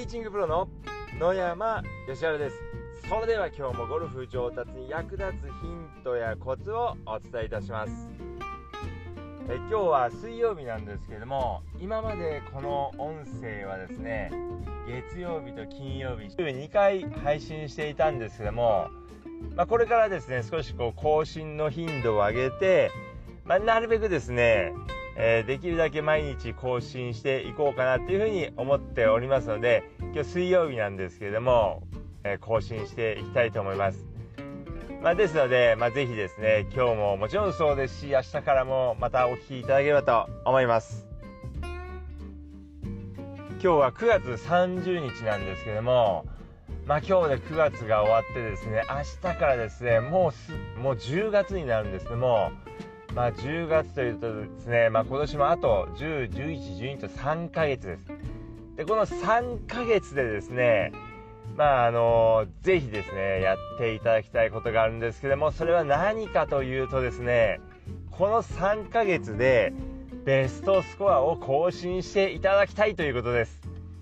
ティーチングプロの野山義晴です。それでは今日もゴルフ上達に役立つヒントやコツをお伝えいたします。今日は水曜日なんですけれども、今までこの音声はですね、月曜日と金曜日週2回配信していたんですけども、これからですね少し更新の頻度を上げて、なるべくですねできるだけ毎日更新していこうかなというふうに思っておりますので、今日水曜日なんですけれども、更新していきたいと思います。ですので、ぜひですね今日ももちろんそうですし、明日からもまたお聞きいただければと思います。今日は9月30日なんですけれども、今日で9月が終わってですね、明日からですねもう10月になるんですけども、10月というとですね、今年もあと10、11、12と3ヶ月です。で、この3ヶ月でですね、ぜひですね、やっていただきたいことがあるんですけども、それは何かというとですね、この3ヶ月でベストスコアを更新していただきたいということです。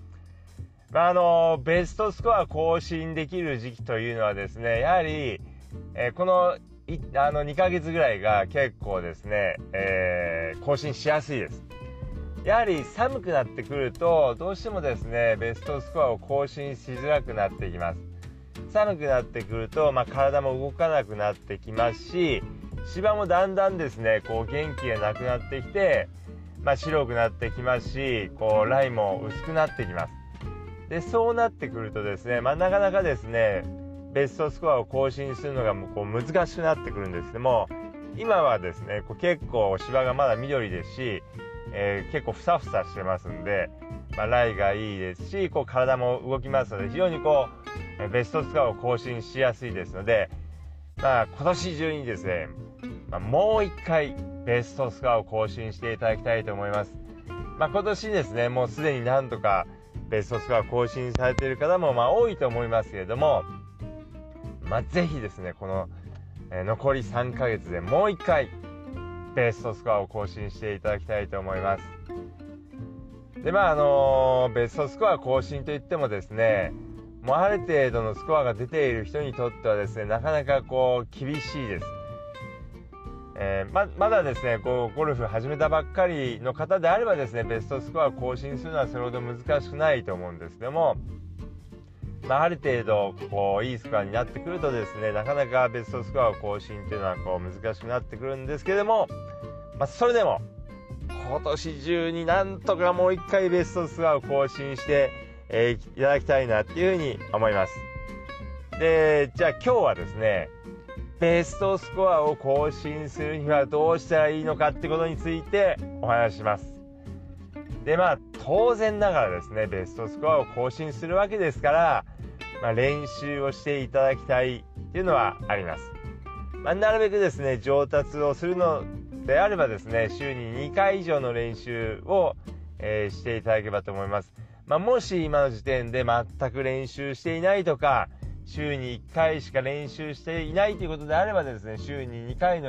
ベストスコア更新できる時期というのはですね、やはり、この2ヶ月ぐらいが結構ですね、更新しやすいです。やはり寒くなってくるとどうしてもですねベストスコアを更新しづらくなってきます。寒くなってくると、体も動かなくなってきますし、芝もだんだんですね元気がなくなってきて、白くなってきますし、ラインも薄くなってきます。で、そうなってくるとですね、なかなかですねベストスコアを更新するのが難しくなってくるんですけども、今はですね結構芝がまだ緑ですし、結構ふさふさしてますんで、ライがいいですし、体も動きますので、非常にベストスコアを更新しやすいですので、今年中にですね、もう一回ベストスコアを更新していただきたいと思います。今年ですねもうすでになんとかベストスコアを更新されている方も多いと思いますけれども、ぜひですねこの、残り3ヶ月でもう一回ベストスコアを更新していただきたいと思います。で、ベストスコア更新といってもですね、もうある程度のスコアが出ている人にとってはですね、なかなか厳しいです。まだですねゴルフ始めたばっかりの方であればですね、ベストスコアを更新するのはそれほど難しくないと思うんですけども、ある程度いいスコアになってくるとですね、なかなかベストスコアを更新というのは難しくなってくるんですけれども、それでも今年中になんとかもう一回ベストスコアを更新して、いただきたいなっていうふうに思います。で、じゃあ今日はですねベストスコアを更新するにはどうしたらいいのかってことについてお話しします。で、当然ながらですねベストスコアを更新するわけですから、練習をしていただきたいっていうのはあります。なるべくですね上達をするのであればですね、週に2回以上の練習を、していただければと思います。もし今の時点で全く練習していないとか、週に1回しか練習していないということであればですね、週に2回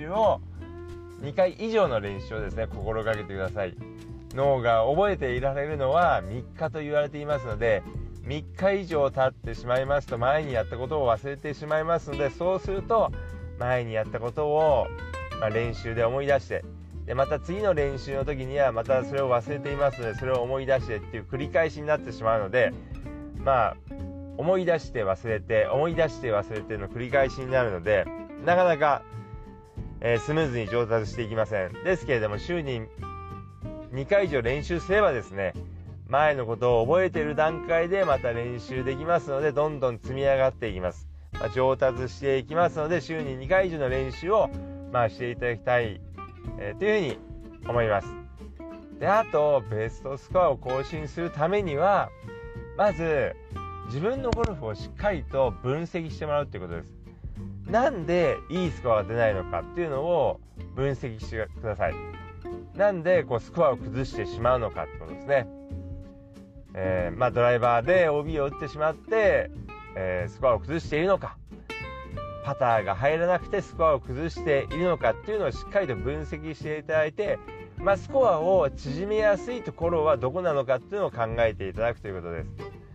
以上の練習をですね心がけてください。脳が覚えていられるのは3日と言われていますので、3日以上経ってしまいますと前にやったことを忘れてしまいますので、そうすると前にやったことを、練習で思い出して、でまた次の練習の時にはまたそれを忘れていますので、それを思い出してっていう繰り返しになってしまうので、思い出して忘れて思い出して忘れての繰り返しになるので、なかなか、スムーズに上達していきません。ですけれども、週に2回以上練習すればですね、前のことを覚えている段階でまた練習できますので、どんどん積み上がっていきます。上達していきますので、週に2回以上の練習を、していただきたい、というふうに思います。で、あとベストスコアを更新するためには、まず自分のゴルフをしっかりと分析してもらうということです。なんでいいスコアが出ないのかっていうのを分析してください。なんでスコアを崩してしまうのかってことですね。ドライバーで OB を打ってしまって、スコアを崩しているのか、パターが入らなくてスコアを崩しているのかっていうのをしっかりと分析していただいて、スコアを縮めやすいところはどこなのかっていうのを考えていただくということです。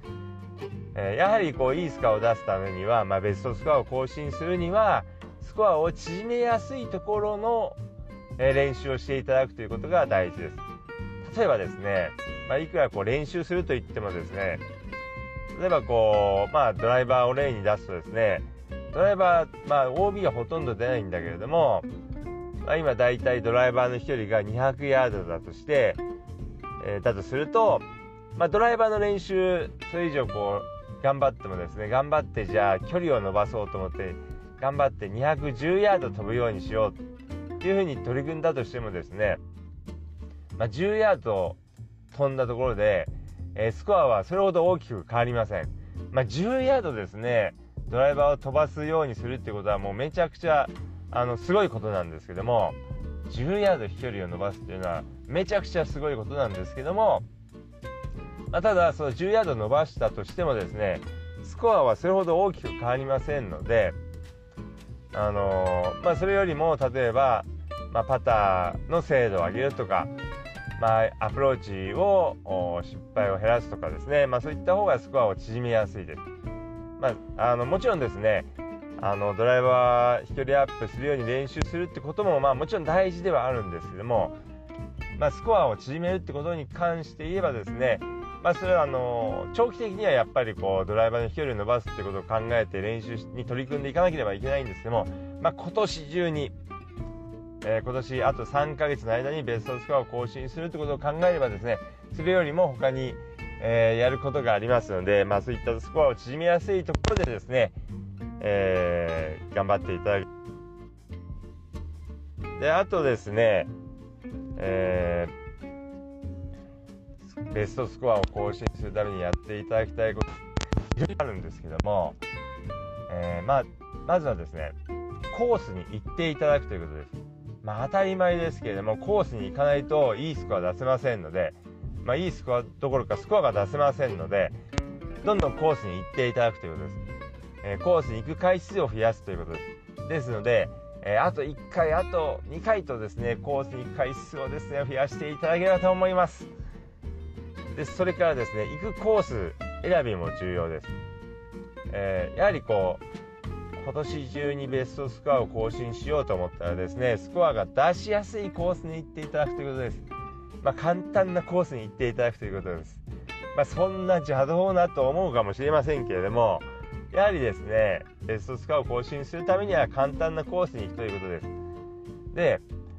やはりいいスコアを出すためには、ベストスコアを更新するにはスコアを縮めやすいところの、練習をしていただくということが大事です。例えばですね、いくら練習するといってもですね、例えばドライバーを例に出すとですね、ドライバー、OB はほとんど出ないんだけれども、今だいたいドライバーの飛距離が200ヤードだとして、だとすると、ドライバーの練習それ以上頑張ってもですね、頑張ってじゃあ距離を伸ばそうと思って頑張って210ヤード飛ぶようにしようっていうふうに取り組んだとしてもですね、10ヤード飛んだところで、スコアはそれほど大きく変わりません。10ヤードですね、ドライバーを飛ばすようにするってことはもうめちゃくちゃすごいことなんですけども、10ヤード飛距離を伸ばすっていうのはめちゃくちゃすごいことなんですけども、ただその10ヤード伸ばしたとしてもですね、スコアはそれほど大きく変わりませんので、それよりも例えば、パターの精度を上げるとか、アプローチを失敗を減らすとかですね、そういった方がスコアを縮めやすいです。もちろんですね、ドライバー飛距離アップするように練習するってことももちろん大事ではあるんですけども、スコアを縮めるってことに関して言えばですね、それは長期的にはやっぱりドライバーの飛距離を伸ばすってことを考えて練習に取り組んでいかなければいけないんですけども、今年中に、今年あと3ヶ月の間にベストスコアを更新するってことを考えればですね、それよりも他に、やることがありますので、そういったスコアを縮めやすいところでですね、頑張っていただく。で、あとですね、ベストスコアを更新するためにやっていただきたいこといろいろあるんですけども、まずはですね、コースに行っていただくということです。当たり前ですけれども、コースに行かないといいスコア出せませんので、いいスコアどころかスコアが出せませんので、どんどんコースに行っていただくということです。コースに行く回数を増やすということです。ですので、あと1回、あと2回とですね、コースに行く回数をですね、増やしていただければと思います。で、それからですね、行くコース選びも重要です。やはり今年中にベストスコアを更新しようと思ったらですね、スコアが出しやすいコースに行っていただくということです。簡単なコースに行っていただくということです。そんな邪道なと思うかもしれませんけれども、やはりですね、ベストスコアを更新するためには簡単なコースに行くということです。で、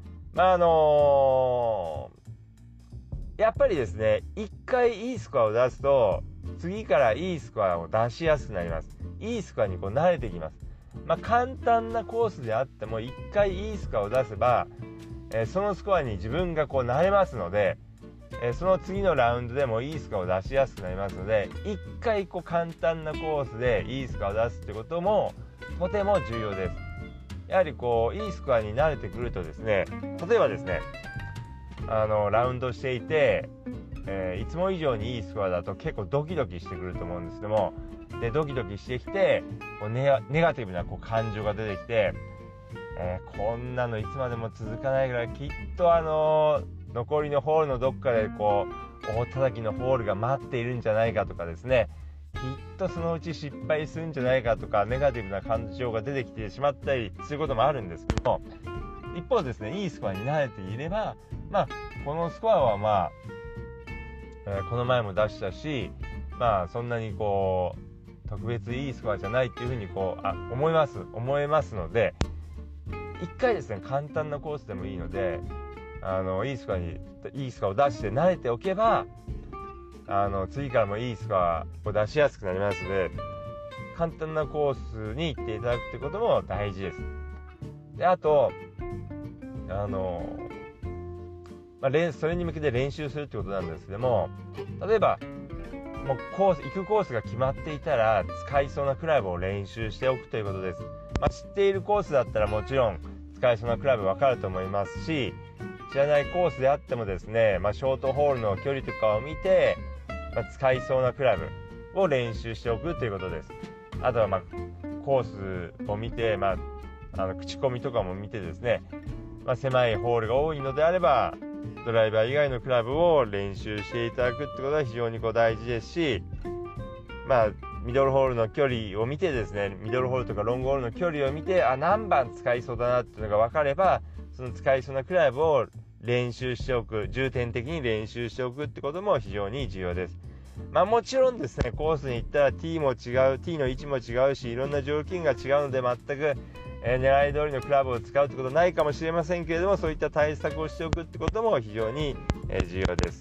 やっぱりですね、1回いいスコアを出すと次からいいスコアを出しやすくなります。いいスコアに慣れてきます。簡単なコースであっても1回いいスコアを出せば、そのスコアに自分が慣れますので、その次のラウンドでもいいスコアを出しやすくなりますので、1回簡単なコースでいいスコアを出すってこともとても重要です。やはりいいスコアに慣れてくるとですね、例えばですね、ラウンドしていて、いつも以上にいいスコアだと結構ドキドキしてくると思うんですけども、でドキドキしてきてネガティブな感情が出てきて、こんなのいつまでも続かないからきっと残りのホールのどっかで大叩きのホールが待っているんじゃないかとかですね、きっとそのうち失敗するんじゃないかとかネガティブな感情が出てきてしまったりすることもあるんですけども、一方ですね、いいスコアに慣れていれば、このスコアはこの前も出したし、そんなに特別いいスコアじゃないっていうふうに思えますので、一回ですね、簡単なコースでもいいので、いいスコアを出して慣れておけば、次からもいいスコアを出しやすくなりますので、簡単なコースに行っていただくってことも大事です。で、あとそれに向けて練習するってことなんですけども、例えばもう行くコースが決まっていたら使いそうなクラブを練習しておくということです。知っているコースだったらもちろん使えそうなクラブ分かると思いますし、知らないコースであってもですね、ショートホールの距離とかを見て、使いそうなクラブを練習しておくということです。あとはコースを見て、口コミとかも見てですね、狭いホールが多いのであればドライバー以外のクラブを練習していただくってことは非常に大事ですし、 ミドルホールの距離を見てですね、ミドルホールとかロングホールの距離を見て、何番使いそうだなっていうのが分かれば、その使いそうなクラブを練習しておく、重点的に練習しておくってことも非常に重要です。もちろんですね、コースに行ったら T も違う、T の位置も違うし、いろんな条件が違うので全く、狙い通りのクラブを使うってことはないかもしれませんけれども、そういった対策をしておくってことも非常に、重要です。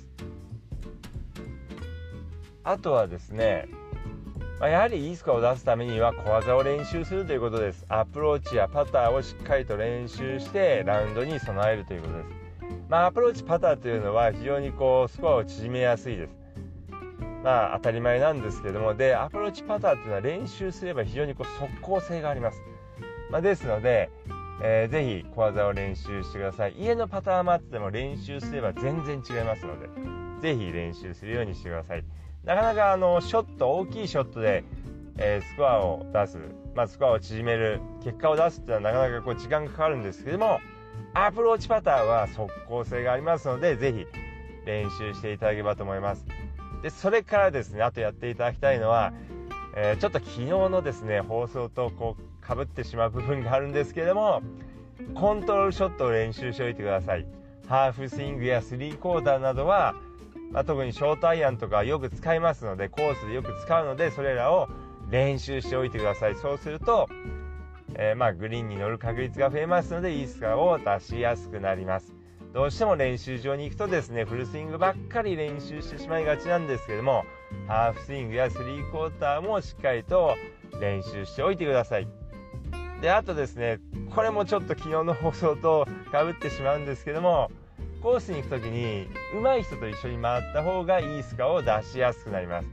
あとはですね、やはりいいスコアを出すためには小技を練習するということです。アプローチやパターをしっかりと練習してラウンドに備えるということです。アプローチパターというのは非常にスコアを縮めやすいです。当たり前なんですけども、でアプローチパターというのは練習すれば非常に速攻性があります。ですので、ぜひ小技を練習してください。家のパターマットでも練習すれば全然違いますので、ぜひ練習するようにしてください。なかなかショット、大きいショットで、スコアを出す、スコアを縮める、結果を出すっていうのはなかなか時間がかかるんですけども、アプローチパターは速攻性がありますので、ぜひ練習していただければと思います。でそれからですね、あとやっていただきたいのは、ちょっと昨日のですね放送と被ってしまう部分があるんですけれども、コントロールショットを練習しておいてください。ハーフスイングやスリークォーターなどは、特にショートアイアンとかよく使いますので、コースでよく使うので、それらを練習しておいてください。そうすると、グリーンに乗る確率が増えますので、いいスコアを出しやすくなります。どうしても練習場に行くとですね、フルスイングばっかり練習してしまいがちなんですけども、ハーフスイングやスリークォーターもしっかりと練習しておいてください。であとですね、これもちょっと昨日の放送と被ってしまうんですけども、コースに行くときに上手い人と一緒に回った方がいいスコアを出しやすくなります。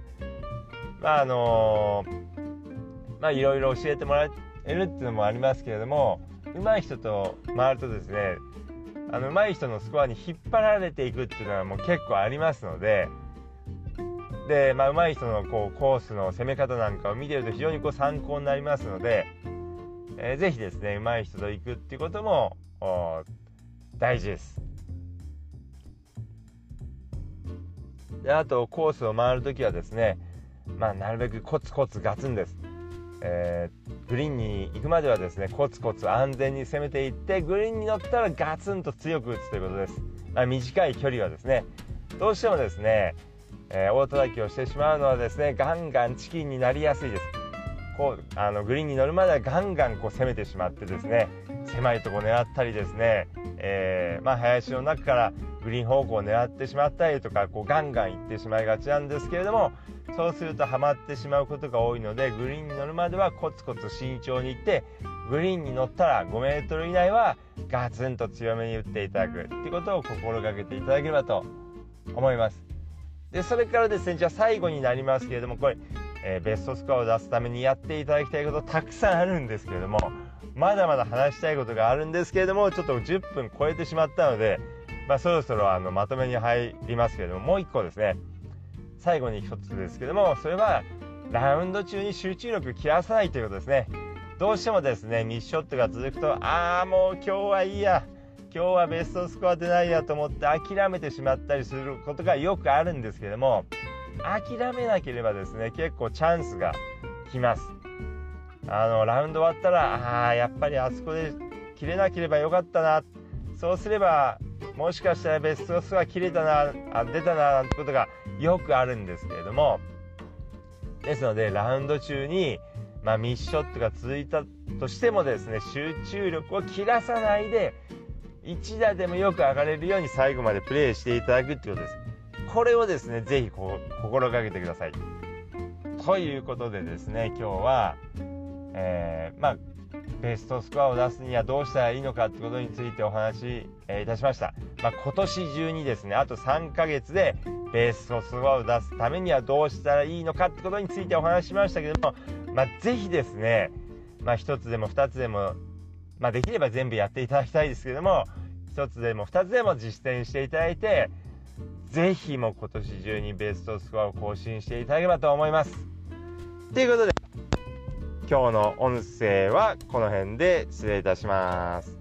いろいろ教えてもらえるっていうのもありますけれども、上手い人と回るとですね、上手い人のスコアに引っ張られていくっていうのはもう結構ありますので、上手い人のコースの攻め方なんかを見てると非常に参考になりますので、ぜひですね、上手い人と行くっていうことも大事です。であとコースを回るときはですね、なるべくコツコツガツンです。グリーンに行くまではですね、コツコツ安全に攻めていって、グリーンに乗ったらガツンと強く打つということです。短い距離はですね、どうしてもですね、大叩きをしてしまうのはですね、ガンガンチキンになりやすいです。グリーンに乗るまではガンガン攻めてしまってですね、狭いところ狙ったりですね、林の中からグリーン方向を狙ってしまったりとか、ガンガン行ってしまいがちなんですけれども、そうするとハマってしまうことが多いので、グリーンに乗るまではコツコツ慎重に行って、グリーンに乗ったら5メートル以内はガツンと強めに打っていただくっていうことを心がけていただければと思います。でそれからですね、じゃあ最後になりますけれども、これ、ベストスコアを出すためにやっていただきたいことたくさんあるんですけれども、まだまだ話したいことがあるんですけれども、ちょっと10分超えてしまったので、そろそろまとめに入りますけれども、もう一個ですね、最後に一つですけども、それはラウンド中に集中力切らさないということですね。どうしてもですね、ミスショットが続くと、もう今日はいいや、今日はベストスコア出ないやと思って諦めてしまったりすることがよくあるんですけども、諦めなければですね、結構チャンスが来ます。ラウンド終わったら、やっぱりあそこで切れなければよかったな、そうすればもしかしたらベストスコア切れたな、出たななんてことがよくあるんですけれども、ですのでラウンド中に、ミスショットが続いたとしてもですね、集中力を切らさないで1打でもよく上がれるように最後までプレーしていただくってことです。これをですね、ぜひ心がけてください。ということでですね、今日は、ベストスコアを出すにはどうしたらいいのかってことについてお話し、いたしました。今年中にですね、あと3ヶ月でベストスコアを出すためにはどうしたらいいのかってことについてお話ししましたけども、ぜひですね、1つでも2つでも、できれば全部やっていただきたいですけども、1つでも2つでも実践していただいて、ぜひもう今年中にベストスコアを更新していただければと思います。ということで、今日の音声はこの辺で失礼いたします。